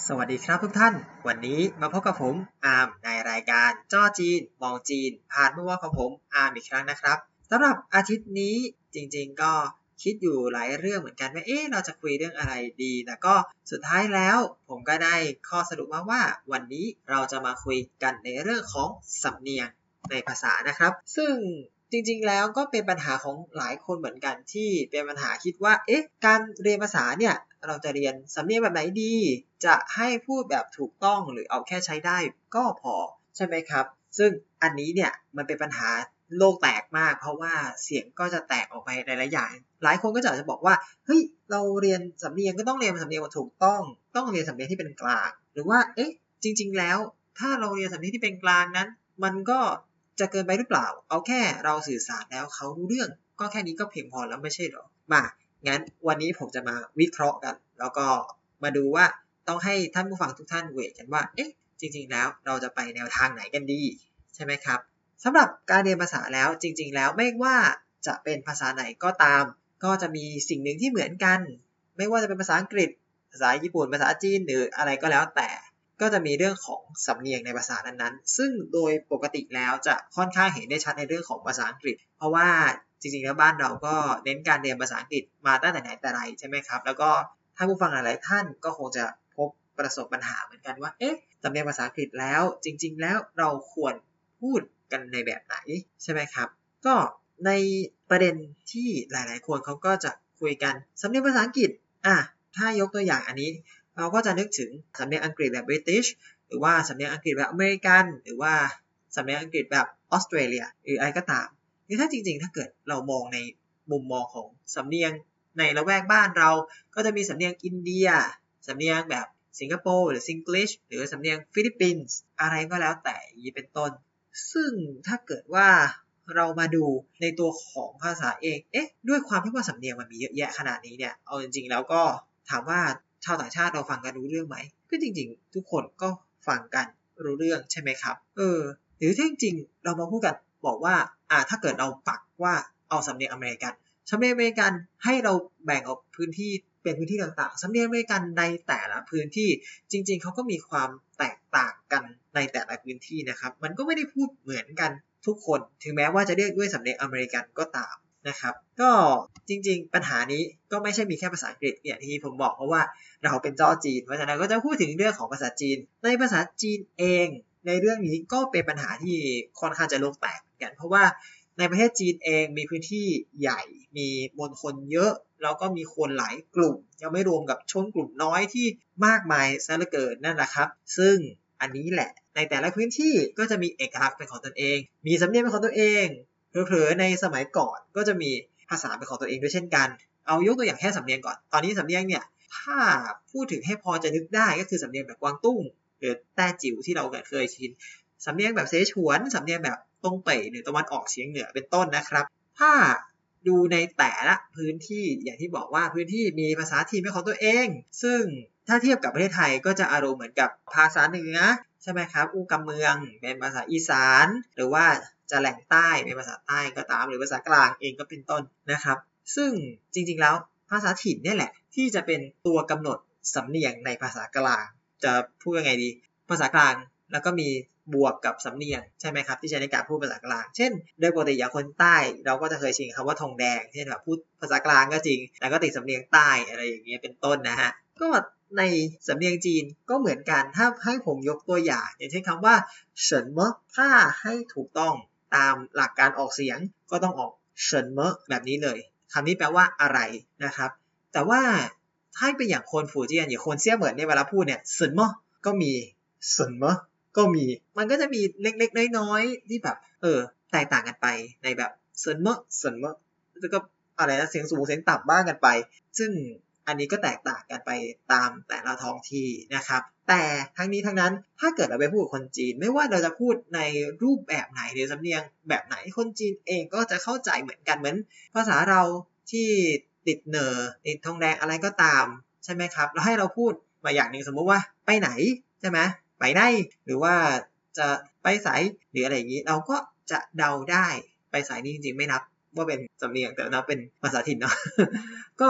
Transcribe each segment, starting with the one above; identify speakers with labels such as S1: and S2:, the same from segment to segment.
S1: สวัสดีครับทุกท่านวันนี้มาพบกับผมอาร์มในรายการจ้อจีนมองจีนผ่านมุมมองของผมอาร์มอีกครั้งนะครับสำหรับอาทิตย์นี้จริงๆก็คิดอยู่หลายเรื่องเหมือนกันว่าเราจะคุยเรื่องอะไรดีแต่ก็สุดท้ายแล้วผมก็ได้ข้อสรุปมาว่าวันนี้เราจะมาคุยกันในเรื่องของสำเนียงในภาษานะครับซึ่งจริงๆแล้วก็เป็นปัญหาของหลายคนเหมือนกันที่เป็นปัญหาคิดว่าการเรียนภาษาเนี่ยเราจะเรียนสำเนียงแบบไหนดีจะให้พูดแบบถูกต้องหรือเอาแค่ใช้ได้ก็พอใช่ไหมครับซึ่งอันนี้เนี่ยมันเป็นปัญหาโลกแตกมากเพราะว่าเสียงก็จะแตกออกไปหลายๆอย่างหลายคนก็จะบอกว่าเฮ้ยเราเรียนสำเนียงก็ต้องเรียนสำเนียงถูกต้องเรียนสำเนียงที่เป็นกลางหรือว่าจริงๆแล้วถ้าเราเรียนสำเนียงที่เป็นกลางนั้นมันก็จะเกินไปหรือเปล่าเอาแค่เราสื่อสารแล้วเขารู้เรื่องก็แค่นี้ก็เพียงพอแล้วไม่ใช่หรอมางั้นวันนี้ผมจะมาวิเคราะห์กันแล้วก็มาดูว่าต้องให้ท่านผู้ฟังทุกท่านเวทกันว่าจริงๆแล้วเราจะไปแนวทางไหนกันดีใช่ไหมครับสำหรับการเรียนภาษาแล้วจริงๆแล้วไม่ว่าจะเป็นภาษาไหนก็ตามก็จะมีสิ่งหนึ่งที่เหมือนกันไม่ว่าจะเป็นภาษาอังกฤษภาษาญี่ปุ่นภาษาจีนหรืออะไรก็แล้วแต่ก็จะมีเรื่องของสำเนียงในภาษานั้นๆซึ่งโดยปกติแล้วจะค่อนข้างเห็นได้ชัดในเรื่องของภาษาอังกฤษเพราะว่าจริงๆแล้วบ้านเราก็เน้นการเรียนภาษาอังกฤษมาตั้งแต่ไหนแต่ไรใช่ไหมครับแล้วก็ท่านผู้ฟังหลายๆท่านก็คงจะพบประสบปัญหาเหมือนกันว่าสำเนียงภาษาอังกฤษแล้วจริงๆแล้วเราควรพูดกันในแบบไหนใช่ไหมครับก็ในประเด็นที่หลายๆคนเขาก็จะคุยกันสำเนียงภาษาอังกฤษถ้ายกตัวอย่างอันนี้เราก็จะนึกถึงสำเนียงอังกฤษแบบ British หรือว่าสำเนียงอังกฤษแบบอเมริกันหรือว่าสำเนียงอังกฤษแบบออสเตรเลียหรืออะไรก็ตามคือถ้าจริงๆถ้าเกิดเรามองในมุมมองของสำเนียงในละแวกบ้านเราก็จะมีสำเนียงอินเดียสำเนียงแบบสิงคโปร์หรือซิงกิชหรือสำเนียงฟิลิปปินส์อะไรก็แล้วแต่อย่างนี้เป็นต้นซึ่งถ้าเกิดว่าเรามาดูในตัวของภาษาเองด้วยความที่ว่าสำเนียงมันมีเยอะแยะขนาดนี้เนี่ยเอาจริงๆแล้วก็ถามว่าชาวต่างชาติเราฟังกันรู้เรื่องไหมก็จริงๆทุกคนก็ฟังกันรู้เรื่องใช่ไหมครับหรือถ้าจริงๆเรามาพูดกันบอกว่าถ้าเกิดเราปักว่าเอาสำเนียงอเมริกันสำเนียงอเมริกันให้เราแบ่งออกพื้นที่เป็นพื้นที่ต่างๆสำเนียงอเมริกันในแต่ละพื้นที่จริงๆเขาก็มีความแตกต่างกันในแต่ละพื้นที่นะครับมันก็ไม่ได้พูดเหมือนกันทุกคนถึงแม้ว่าจะเรียกด้วยสำเนียงอเมริกันก็ตามนะครับก็จริงๆปัญหานี้ก็ไม่ใช่มีแค่ภาษาอังกฤษอย่างที่ผมบอกเพราะว่าเราเป็นจ้อจีนเพราะฉะนั้นก็จะพูดถึงเรื่องของภาษาจีนในภาษาจีนเองในเรื่องนี้ก็เป็นปัญหาที่ค่อนข้างจะโลกแตกกันเพราะว่าในประเทศจีนเองมีพื้นที่ใหญ่มีมณฑลเยอะแล้วก็มีคนหลายกลุ่มยังไม่รวมกับชนกลุ่มน้อยที่มากมายซะเหลือเกินนั่นแหละครับซึ่งอันนี้แหละในแต่ละพื้นที่ก็จะมีเอกลักษณ์เป็นของตนเองมีสำเนียงเป็นของตัวเองเผลอๆในสมัยก่อนก็จะมีภาษาเป็นของตัวเองด้วยเช่นกันเอายกตัวอย่างแค่สำเนียงก่อนตอนนี้สำเนียงเนี่ยถ้าพูดถึงให้พอจะนึกได้ก็คือสำเนียงแบบกวางตุ้งหรือแต้จิ๋วที่เราเคยชินสำเนียงแบบเสฉวนสำเนียงแบบตงเป่ยหรือตะวันออกเฉียงเหนือเป็นต้นนะครับถ้าดูในแต่ละพื้นที่อย่างที่บอกว่าพื้นที่มีภาษาถิ่นเป็นของตัวเองซึ่งถ้าเทียบกับประเทศไทยก็จะอารมณ์เหมือนกับภาษาเหนือใช่ไหมครับอู้กำเมืองเป็นภาษาอีสานหรือว่าจะแหล่งใต้เป็นภาษาใต้ก็ตามหรือภาษากลางเองก็เป็นต้นนะครับซึ่งจริงๆแล้วภาษาถิ่นนี่แหละที่จะเป็นตัวกำหนดสำเนียงในภาษากลางจะพูดยังไงดีภาษากลางแล้วก็มีบวกกับสำเนียงใช่ไหมครับที่ใช้ในการพูดภาษากลางเช่นโดยปกติอย่างคนใต้เราก็จะเคยชินคำว่าทองแดงเช่นแบบพูดภาษากลางก็จริงแต่ก็ติดสำเนียงใต้อะไรอย่างเงี้ยเป็นต้นนะฮะก็ในสำเนียงจีนก็เหมือนกันถ้าให้ผมยกตัวอย่างอย่างเช่นคำว่าเฉินเมะถ้าให้ถูกต้องตามหลักการออกเสียงก็ต้องออกเฉินเมะแบบนี้เลยคำนี้แปลว่าอะไรนะครับแต่ว่าถ้าเป็นอย่างคนฝูเจี้ยนอย่างคนเซี่ยเหมินเนี่ยเวลาพูดเนี่ยเฉินเมะก็มีเฉินเมะก็มีมันก็จะมีเล็กๆน้อยๆที่แบบแตกต่างกันไปในแบบเฉินเมะแล้วก็อะไรนะเสียงสูงเสียงต่ำบ้างกันไปซึ่งอันนี้ก็แตกต่างกันไปตามแต่ละท้องที่นะครับแต่ทั้งนี้ทั้งนั้นถ้าเกิดเราไปพูดกับคนจีนไม่ว่าเราจะพูดในรูปแบบไหนหรือสำเนียงแบบไหนคนจีนเองก็จะเข้าใจเหมือนกันเหมือนภาษาเราที่ติดเหน่อติดทองแดงอะไรก็ตามใช่ไหมครับแล้วให้เราพูดมาอย่างหนึ่งสมมติว่าไปไหนใช่ไหมไปไหนหรือว่าจะไปไสหรืออะไรอย่างนี้เราก็จะเดาได้ไปไสนี่จริงๆไม่นับว่าเป็นสำเนียงแต่นับเป็นภาษาถิ่นเนาะก็เ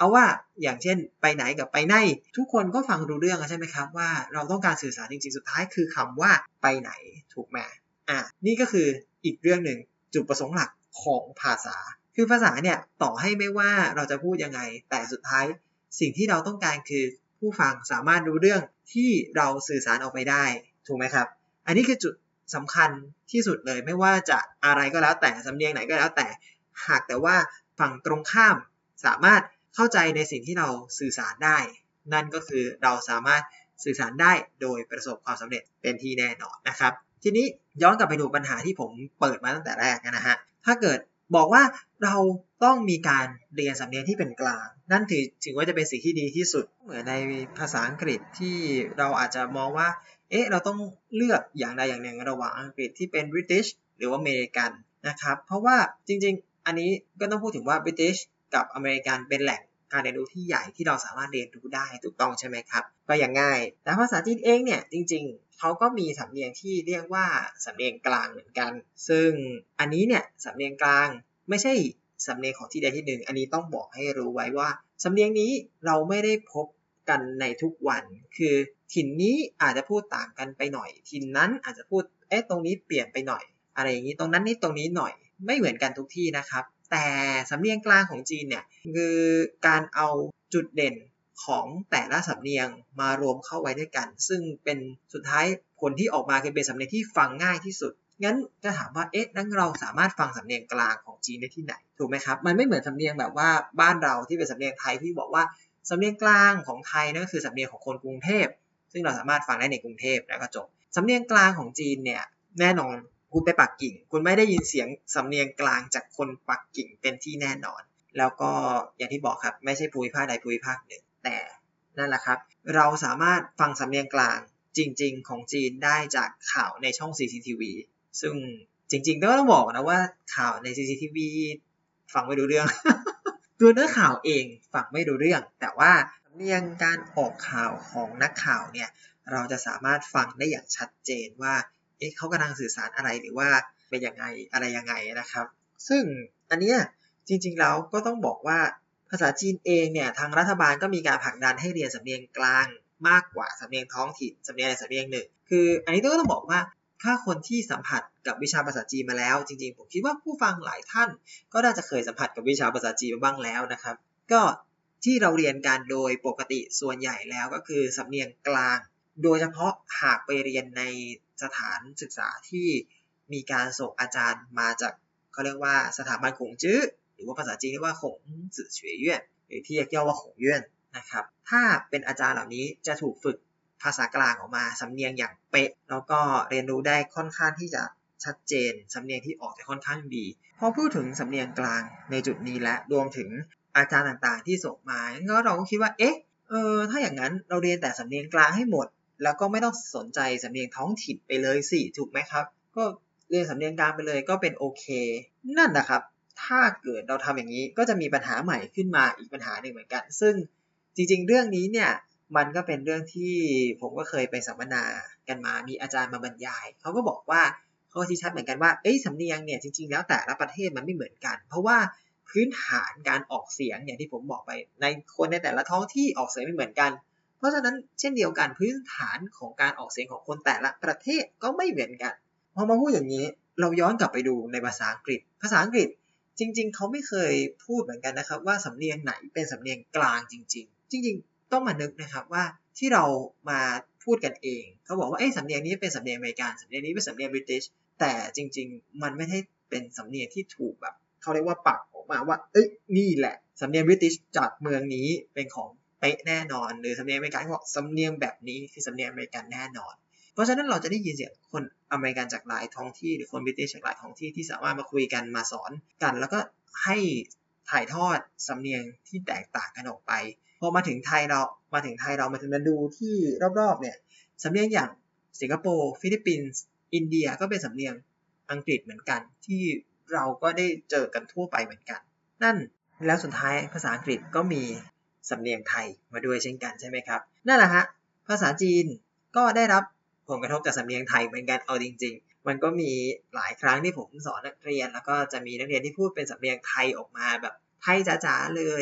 S1: เอาว่าอย่างเช่นไปไหนกับไปไหนทุกคนก็ฟังรู้เรื่องใช่ไหมครับว่าเราต้องการสื่อสารจริงๆสุดท้ายคือคำว่าไปไหนถูกไหมนี่ก็คืออีกเรื่องหนึ่งจุดประสงค์หลักของภาษาคือภาษาเนี่ยต่อให้ไม่ว่าเราจะพูดยังไงแต่สุดท้ายสิ่งที่เราต้องการคือผู้ฟังสามารถรู้เรื่องที่เราสื่อสารออกไปได้ถูกไหมครับอันนี้คือจุดสำคัญที่สุดเลยไม่ว่าจะอะไรก็แล้วแต่สำเนียงไหนก็แล้วแต่หากแต่ว่าฝั่งตรงข้ามสามารถเข้าใจในสิ่งที่เราสื่อสารได้นั่นก็คือเราสามารถสื่อสารได้โดยประสบความสำเร็จเป็นที่แน่นอนนะครับทีนี้ย้อนกลับไปดูปัญหาที่ผมเปิดมาตั้งแต่แรกนะฮะถ้าเกิดบอกว่าเราต้องมีการเรียนสำเนียงที่เป็นกลางนั่นถือว่าจะเป็นสิ่งที่ดีที่สุดเหมือนในภาษาอังกฤษที่เราอาจจะมองว่าเราต้องเลือกอย่างใดอย่างหนึ่งระหว่างอังกฤษที่เป็น British หรือว่าอเมริกันนะครับเพราะว่าจริงๆอันนี้ก็ต้องพูดถึงว่า British กับอเมริกันเป็นแหล่งการเรียนรู้ที่ใหญ่ที่เราสามารถเรียนรู้ได้ถูกต้องใช่ไหมครับก็อย่างง่ายแต่ภาษาจีนเองเนี่ยจริงๆเขาก็มีสำเนียงที่เรียกว่าสำเนียงกลางเหมือนกันซึ่งอันนี้เนี่ยสำเนียงกลางไม่ใช่สำเนียงของที่ใดที่หนึ่งอันนี้ต้องบอกให้รู้ไว้ว่าสำเนียงนี้เราไม่ได้พบกันในทุกวันคือถิ่นนี้อาจจะพูดต่างกันไปหน่อยถิ่นนั้นอาจจะพูดตรงนี้เปลี่ยนไปหน่อยอะไรอย่างนี้ตรงนั้นนิดตรงนี้หน่อยไม่เหมือนกันทุกที่นะครับแต่สำเนียงกลางของจีนเนี่ยคือการเอาจุดเด่นของแต่ละสำเนียงมารวมเข้าไว้ด้วยกันซึ่งเป็นสุดท้ายผลที่ออกมาคือเป็นสำเนียงที่ฟังง่ายที่สุดงั้นจะถามว่านั่นเราสามารถฟังสำเนียงกลางของจีนได้ที่ไหนถูกไหมครับมันไม่เหมือนสำเนียงแบบว่าบ้านเราที่เป็นสำเนียงไทยที่บอกว่าสำเนียงกลางของไทยนั่นก็คือสำเนียงของคนกรุงเทพซึ่งเราสามารถฟังได้ในกรุงเทพแล้วก็จบสำเนียงกลางของจีนเนี่ยแน่นอนคุณไปปักกิ่งคุณไม่ได้ยินเสียงสำเนียงกลางจากคนปักกิ่งเป็นที่แน่นอนแล้วก็อย่างที่บอกครับไม่ใช่ภูมิภาคใดภูมิภาคหนึ่งแต่นั่นแหละครับเราสามารถฟังสำเนียงกลางจริงๆของจีนได้จากข่าวในช่อง CCTV ซึ่งจริงๆก็ต้องบอกนะว่าข่าวใน CCTV ฟังไม่รู้เรื่อง ตัวเนื้อข่าวเองฟังไม่รู้เรื่องแต่ว่าสำเนียงการออกข่าวของนักข่าวเนี่ยเราจะสามารถฟังได้อย่างชัดเจนว่าเขากำลังสื่อสารอะไรหรือว่าเป็นยังไงอะไรยังไงนะครับซึ่งอันเนี้ยจริงๆแล้วก็ต้องบอกว่าภาษาจีนเองเนี่ยทางรัฐบาลก็มีการผลักดันให้เรียนสำเนียงกลางมากกว่าสำเนียงท้องถิ่นสำเนียงใดสำเนียงหนึ่งคืออันนี้ก็ต้องบอกว่าถ้าคนที่สัมผัสกับวิชาภาษาจีนมาแล้วจริงๆผมคิดว่าผู้ฟังหลายท่านก็น่าจะเคยสัมผัสกับวิชาภาษาจีนมาบ้างแล้วนะครับก็ที่เราเรียนกันโดยปกติส่วนใหญ่แล้วก็คือสำเนียงกลางโดยเฉพาะหากไปเรียนในสถานศึกษาที่มีการส่งอาจารย์มาจากเขาเรียกว่าสถาบันขงจื้อหรือว่าภาษาจีนเรียกว่าขงจื้อเฉวยเย่ยนหรือที่เรียกย่อว่าขงเย่นนะครับถ้าเป็นอาจารย์เหล่านี้จะถูกฝึกภาษากลางออกมาสำเนียงอย่างเป๊ะแล้วก็เรียนรู้ได้ค่อนข้างที่จะชัดเจนสำเนียงที่ออกจะค่อนข้างดีพอพูดถึงสำเนียงกลางในจุดนี้และรวมถึงอาจารย์ต่างๆที่ส่งมาก็เราก็คิดว่าถ้าอย่างนั้นเราเรียนแต่สำเนียงกลางให้หมดแล้วก็ไม่ต้องสนใจสำเนียงท้องถิ่นไปเลยสิถูกไหมครับก็เรียนสำเนียงกลางไปเลยก็เป็นโอเคนั่นนะครับถ้าเกิดเราทำอย่างนี้ก็จะมีปัญหาใหม่ขึ้นมาอีกปัญหาหนึ่งเหมือนกันซึ่งจริงๆเรื่องนี้เนี่ยมันก็เป็นเรื่องที่ผมก็เคยไปสัมมนากันมามีอาจารย์มาบรรยายเขาก็บอกว่าเขาชี้ชัดเหมือนกันว่าสำเนียงเนี่ยจริงๆแล้วแต่ละประเทศมันไม่เหมือนกันเพราะว่าพื้นฐานการออกเสียงอย่างที่ผมบอกไปในคนในแต่ละท้องที่ออกเสียงไม่เหมือนกันเพราะฉะนั้นเช่นเดียวกันพื้นฐานของการออกเสียงของคนแต่ละประเทศก็ไม่เหมือนกันพอมาพูดอย่างนี้เราย้อนกลับไปดูในภาษาอังกฤษจริงๆเขาไม่เคยพูดเหมือนกันนะครับว่าสำเนียงไหนเป็นสำเนียงกลางจริงๆจริงๆต้องมานึกนะครับว่าที่เรามาพูดกันเองเขาบอกว่าสำเนียงนี้เป็นสำเนียงอเมริกันสำเนียงนี้เป็นสำเนียงบริติชแต่จริงๆมันไม่ได้เป็นสำเนียงที่ถูกแบบเขาเรียกว่าปรับออกมาว่านี่แหละสำเนียงบริติชจากเมืองนี้เป็นของเป๊ะแน่นอนหรือสำเนียงอเมริกันบอกสำเนียงแบบนี้คือสำเนียงอเมริกันแน่นอนเพราะฉะนั้นเราจะได้ยินเสียงคนอเมริกันจากหลายท้องที่หรือคนบริติชจากหลายท้องที่ที่สามารถมาคุยกันมาสอนกันแล้วก็ให้ถ่ายทอดสำเนียงที่แตกต่างกันออกไปพอมาถึงไทยเรามาถึงมาดูที่รอบๆเนี่ยสำเนียงอย่างสิงคโปร์ฟิลิปปินส์อินเดียก็เป็นสำเนียงอังกฤษเหมือนกันที่เราก็ได้เจอกันทั่วไปเหมือนกันนั่นแล้วสุดท้ายภาษาอังกฤษก็มีสำเนียงไทยมาด้วยเช่นกันใช่ไหมครับนั่นแหละฮะภาษาจีนก็ได้รับผลกระทบจากสำเนียงไทยเหมือนกันเอาจริงๆมันก็มีหลายครั้งที่ผมสอนนักเรียนแล้วก็จะมีนักเรียนที่พูดเป็นสำเนียงไทยออกมาแบบไทยจ๋าๆเลย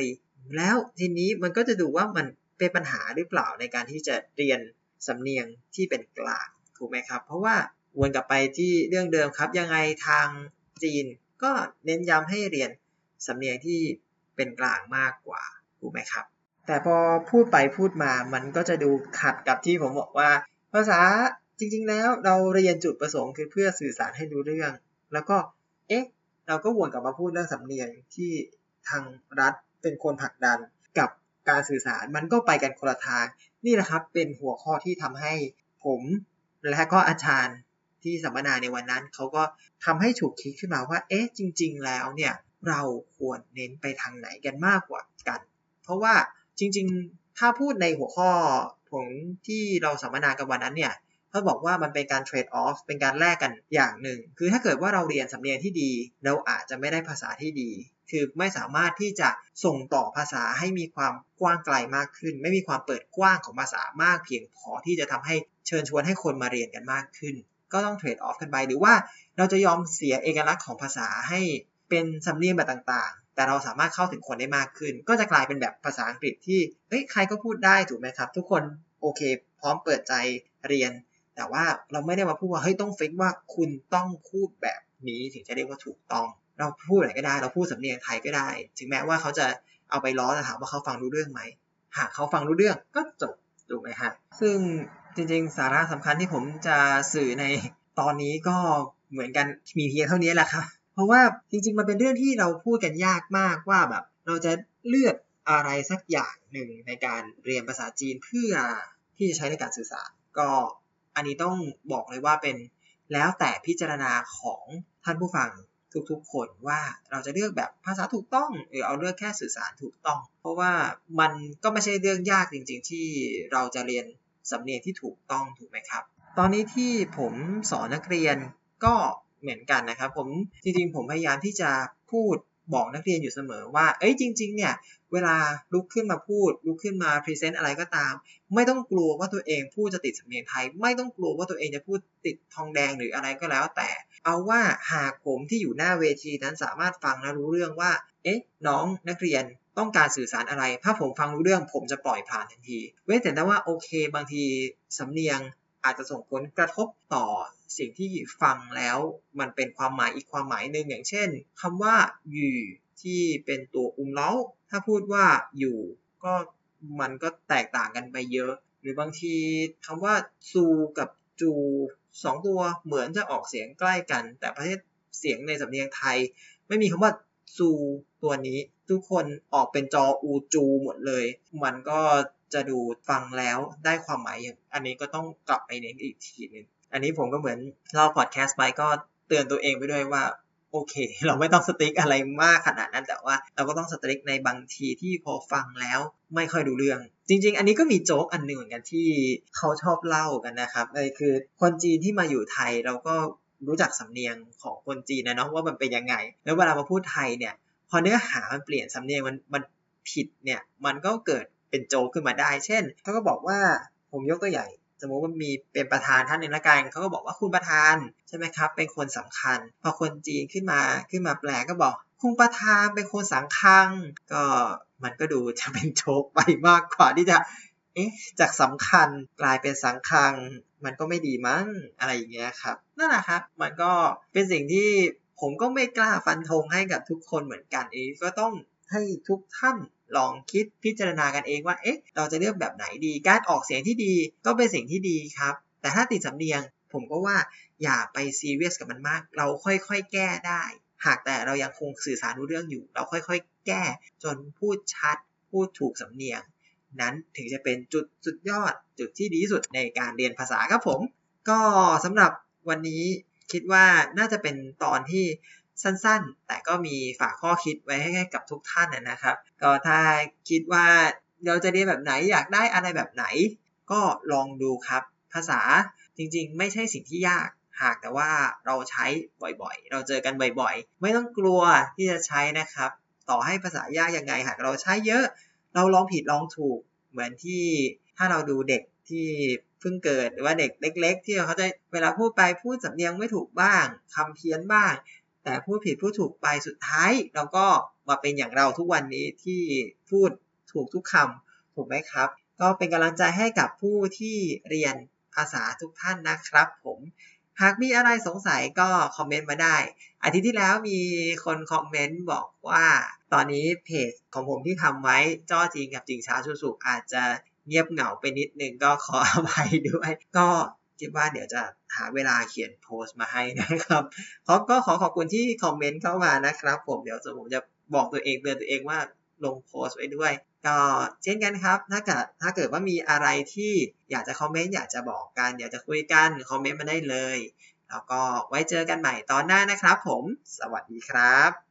S1: แล้วทีนี้มันก็จะดูว่ามันเป็นปัญหาหรือเปล่าในการที่จะเรียนสำเนียงที่เป็นกลางถูกไหมครับเพราะว่าวนกลับไปที่เรื่องเดิมครับยังไงทางจีนก็เน้นย้ำให้เรียนสำเนียงที่เป็นกลางมากกว่าถูกไหมครับแต่พอพูดไปพูดมามันก็จะดูขัดกับที่ผมบอกว่าภาษาจริงๆแล้วเราเรียนจุดประสงค์คือเพื่อสื่อสารให้รู้เรื่องแล้วก็เราก็วนกลับมาพูดเรื่องสำเนียงที่ทางรัฐเป็นคนผลักดันกับการสื่อสารมันก็ไปกันคนละทางนี่แหละครับเป็นหัวข้อที่ทำให้ผมและก็อาจารย์ที่สัมมนาในวันนั้นเขาก็ทำให้ฉุกคิดขึ้นมาว่าจริงๆแล้วเนี่ยเราควรเน้นไปทางไหนกันมากกว่ากันเพราะว่าจริงๆถ้าพูดในหัวข้อของที่เราสัมมนากันวันนั้นเนี่ยเขาบอกว่ามันเป็นการเทรดออฟเป็นการแลกกันอย่างหนึ่งคือถ้าเกิดว่าเราเรียนสำเนียงที่ดีเราอาจจะไม่ได้ภาษาที่ดีคือไม่สามารถที่จะส่งต่อภาษาให้มีความกว้างไกลมากขึ้นไม่มีความเปิดกว้างของภาษามากเพียงพอที่จะทำให้เชิญชวนให้คนมาเรียนกันมากขึ้นก็ต้องเทรดออฟกันไปหรือว่าเราจะยอมเสียเอกลักษณ์ของภาษาให้เป็นสำเนียงแบบต่างๆแต่เราสามารถเข้าถึงคนได้มากขึ้นก็จะกลายเป็นแบบภาษาอังกฤษที่ใครก็พูดได้ถูกไหมครับทุกคนโอเคพร้อมเปิดใจเรียนแต่ว่าเราไม่ได้มาพูดว่าต้องฟิกว่าคุณต้องพูดแบบนี้ถึงจะเรียกว่าถูกต้องเราพูดอะไรก็ได้เราพูดสำเนียงไทยก็ได้ถึงแม้ว่าเขาจะเอาไปล้อแต่ถามว่าเขาฟังรู้เรื่องไหมหากเขาฟังรู้เรื่องก็จบถูกไหมฮะซึ่งจริงๆสาระสำคัญที่ผมจะสื่อในตอนนี้ก็เหมือนกันมีเพียงเท่านี้แหละครับเพราะว่าจริงๆมันเป็นเรื่องที่เราพูดกันยากมากว่าแบบเราจะเลือกอะไรสักอย่างหนึ่งในการเรียนภาษาจีนเพื่อที่จะใช้ในการสื่อสารก็อันนี้ต้องบอกเลยว่าเป็นแล้วแต่พิจารณาของท่านผู้ฟังทุกๆคนว่าเราจะเลือกแบบภาษาถูกต้องหรือเอาเลือกแค่สื่อสารถูกต้องเพราะว่ามันก็ไม่ใช่เรื่องยากจริงๆที่เราจะเรียนสำเนียงที่ถูกต้องถูกไหมครับตอนนี้ที่ผมสอนนักเรียนก็เหมือนกันนะครับผมจริงๆผมพยายามที่จะพูดบอกนักเรียนอยู่เสมอว่าจริงๆเนี่ยเวลาลุกขึ้นมาพูดลุกขึ้นมาพรีเซนต์อะไรก็ตามไม่ต้องกลัวว่าตัวเองพูดจะติดสำเนียงไทยไม่ต้องกลัวว่าตัวเองจะพูดติดทองแดงหรืออะไรก็แล้วแต่เอาว่าหากผมที่อยู่หน้าเวทีนั้นสามารถฟังและรู้เรื่องว่าน้องนักเรียนต้องการสื่อสารอะไรถ้าผมฟังรู้เรื่องผมจะปล่อยผ่านทันทีเว้นแต่ว่าโอเคบางทีสำเนียงอาจจะส่งผลกระทบต่อสิ่งที่ฟังแล้วมันเป็นความหมายอีกความหมายหนึ่งอย่างเช่นคำว่าอยู่ที่เป็นตัวเล้าถ้าพูดว่าอยู่ก็มันก็แตกต่างกันไปเยอะหรือบางทีคำว่าซูกับจูสองตัวเหมือนจะออกเสียงใกล้กันแต่ประเภทเสียงในสำเนียงไทยไม่มีคำว่าซูตัวนี้ทุกคนออกเป็นจออูจูหมดเลยมันก็จะดูฟังแล้วได้ความหมายอย่างอันนี้ก็ต้องกลับไปเน้นอีกทีนึงอันนี้ผมก็เหมือนเล่าพอดแคสต์ไปก็เตือนตัวเองไปด้วยว่าโอเคเราไม่ต้องสติ๊กอะไรมากขนาดนั้นแต่ว่าเราก็ต้องสติ๊กในบางทีที่พอฟังแล้วไม่ค่อยดูเรื่องจริงๆอันนี้ก็มีโจ๊กอันนึงเหมือนกันที่เขาชอบเล่ากันนะครับคือคนจีนที่มาอยู่ไทยเราก็รู้จักสำเนียงของคนจีนนะเนาะว่ามันเป็นยังไงแล้วเวลามาพูดไทยเนี่ยพอเนื้อหามันเปลี่ยนสำเนียงมันผิดเนี่ยมันก็เกิดเป็นโจ๊กขึ้นมาได้เช่นเขาก็บอกว่าผมยกตัวอย่างสมมติว่ามีเป็นประธานท่านหนึ่งละกันเขาก็บอกว่าคุณประธานใช่ไหมครับเป็นคนสำคัญพอคนจีนขึ้นมาแปลก็บอกคุณประธานเป็นคนสังคังก็มันก็ดูจะเป็นโจ๊กไปมากกว่าที่จะจากสำคัญกลายเป็นสังคังมันก็ไม่ดีมั้งอะไรอย่างเงี้ยครับนั่นแหละครับมันก็เป็นสิ่งที่ผมก็ไม่กล้าฟันธงให้กับทุกคนเหมือนกันก็ต้องให้ทุกท่านลองคิดพิจารณากันเองว่าเราจะเลือกแบบไหนดีการออกเสียงที่ดีก็เป็นสิ่งที่ดีครับแต่ถ้าติดสำเนียงผมก็ว่าอย่าไปซีเรียสกับมันมากเราค่อยๆแก้ได้หากแต่เรายังคงสื่อสารรู้เรื่องอยู่เราค่อยๆแก้จนพูดชัดพูดถูกสำเนียงนั้นถึงจะเป็นจุดสุดยอดจุดที่ดีที่สุดในการเรียนภาษาครับผมก็สำหรับวันนี้คิดว่าน่าจะเป็นตอนที่สั้นๆแต่ก็มีฝากข้อคิดไว้ให้กับทุกท่านนะครับก็ถ้าคิดว่าเราจะเรียนแบบไหนอยากได้อะไรแบบไหนก็ลองดูครับภาษาจริงๆไม่ใช่สิ่งที่ยากหากแต่ว่าเราใช้บ่อยๆเราเจอกันบ่อยๆไม่ต้องกลัวที่จะใช้นะครับต่อให้ภาษายากยังไงหากเราใช้เยอะเราลองผิดลองถูกเหมือนที่ถ้าเราดูเด็กที่เพิ่งเกิดหรือว่าเด็กเล็กๆที่เขาจะเวลาพูดไปพูดสำเนียงไม่ถูกบ้างคำเพี้ยนบ้างแต่พูดผิดพูดถูกไปสุดท้ายเราก็มาเป็นอย่างเราทุกวันนี้ที่พูดถูกทุกคำถูกไหมครับก็เป็นกำลังใจให้กับผู้ที่เรียนภาษาทุกท่านนะครับผมหากมีอะไรสงสัยก็คอมเมนต์มาได้อาทิตย์ที่แล้วมีคนคอมเมนต์บอกว่าตอนนี้เพจของผมที่ทำไว้จ้อจีนกับจิงช้าชูสุอาจจะเงียบเหงาไปนิดนึงก็ขออภัยด้วยก็คิดว่าเดี๋ยวจะหาเวลาเขียนโพสต์มาให้นะครับก็ขอขอบคุณที่คอมเมนต์เข้ามานะครับผมเดี๋ยวผมจะบอกตัวเองเตือนตัวเองว่าลงโพสต์ไว้ด้วยก็เช่นกันครับถ้าเกิดว่ามีอะไรที่อยากจะคอมเมนต์อยากจะบอกกันอยากจะคุยกันคอมเมนต์มาได้เลยแล้วก็ไว้เจอกันใหม่ตอนหน้านะครับผมสวัสดีครับ